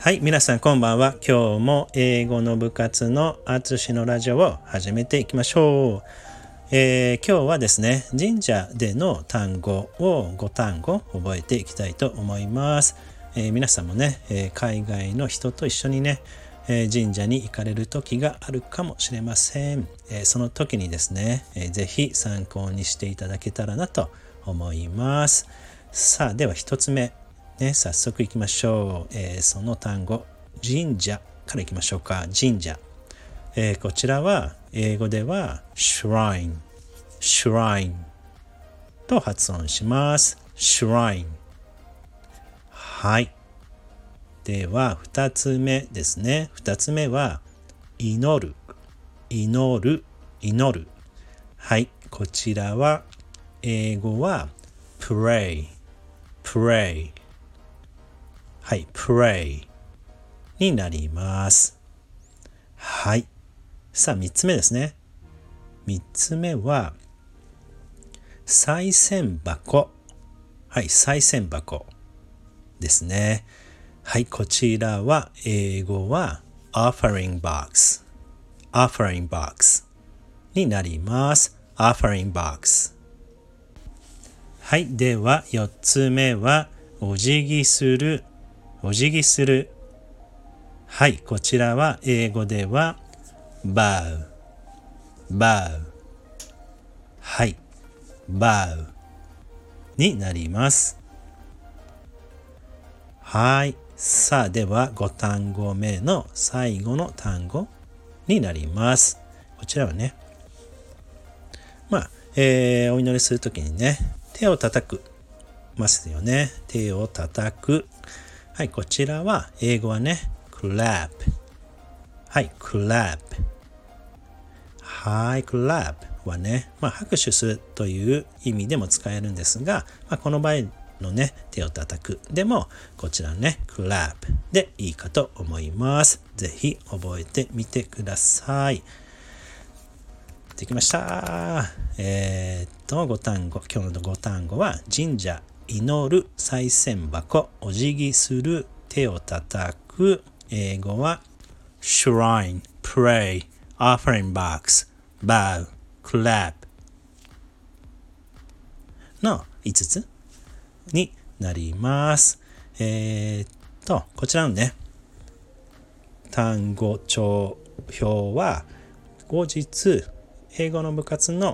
はい、皆さんこんばんは。今日も英語の部活のあつしのラジオを始めていきましょう。今日はですね、神社での単語を5単語覚えていきたいと思います。皆さんもね、海外の人と一緒にね、神社に行かれる時があるかもしれません。その時にですね、ぜひ参考にしていただけたらなと思います。さあ、では一つ目。早速いきましょう。その単語、神社からいきましょうか。神社。こちらは英語では shrine と発音します。shrine。はい。では2つ目ですね。2つ目は祈る。はい。こちらは英語は pray。はい、pray になります。はい。さあ、3つ目ですね。3つ目は、賽銭箱。はい、賽銭箱ですね。はい、こちらは、英語は offering box になります。offering box。はい、では4つ目は、お辞儀する。はい、こちらは英語では bow。はい、bow になります。はい、さあでは5単語目の最後の単語になります。こちらはね、お祈りするときにね、手を叩くますよね。手を叩く。はい、こちらは英語はね、clap。はい、clap。はい、clap はね、拍手するという意味でも使えるんですが、この場合のね、手を叩くでも、こちらのね、clap でいいかと思います。ぜひ覚えてみてください。できました。5単語、今日の5単語は、神社、祈る、賽銭箱、お辞儀する、手を叩く。英語は shrine、pray、offering box、bow、clap の5つになります。こちらのね、単語帳表は後日英語の部活の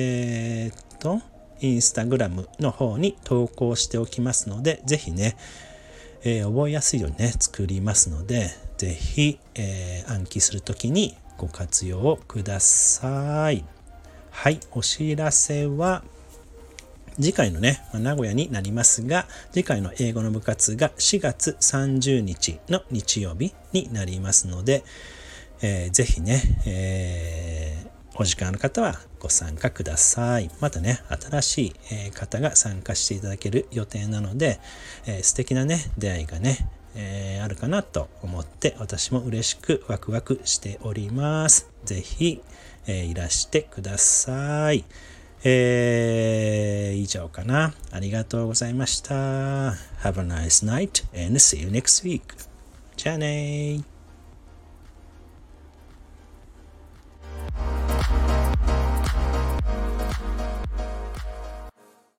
インスタグラムの方に投稿しておきますので、ぜひね、覚えやすいようにね作りますので、ぜひ、暗記するときにご活用ください。はい、お知らせは次回のね、名古屋になりますが、次回の英語の部活が4月30日の日曜日になりますので、ぜひね、お時間ある方はご参加ください。またね、新しい方が参加していただける予定なので、素敵なね、出会いがね、あるかなと思って、私も嬉しくワクワクしております。ぜひ、いらしてください。以上かな。ありがとうございました。Have a nice night and see you next week. じゃあねー。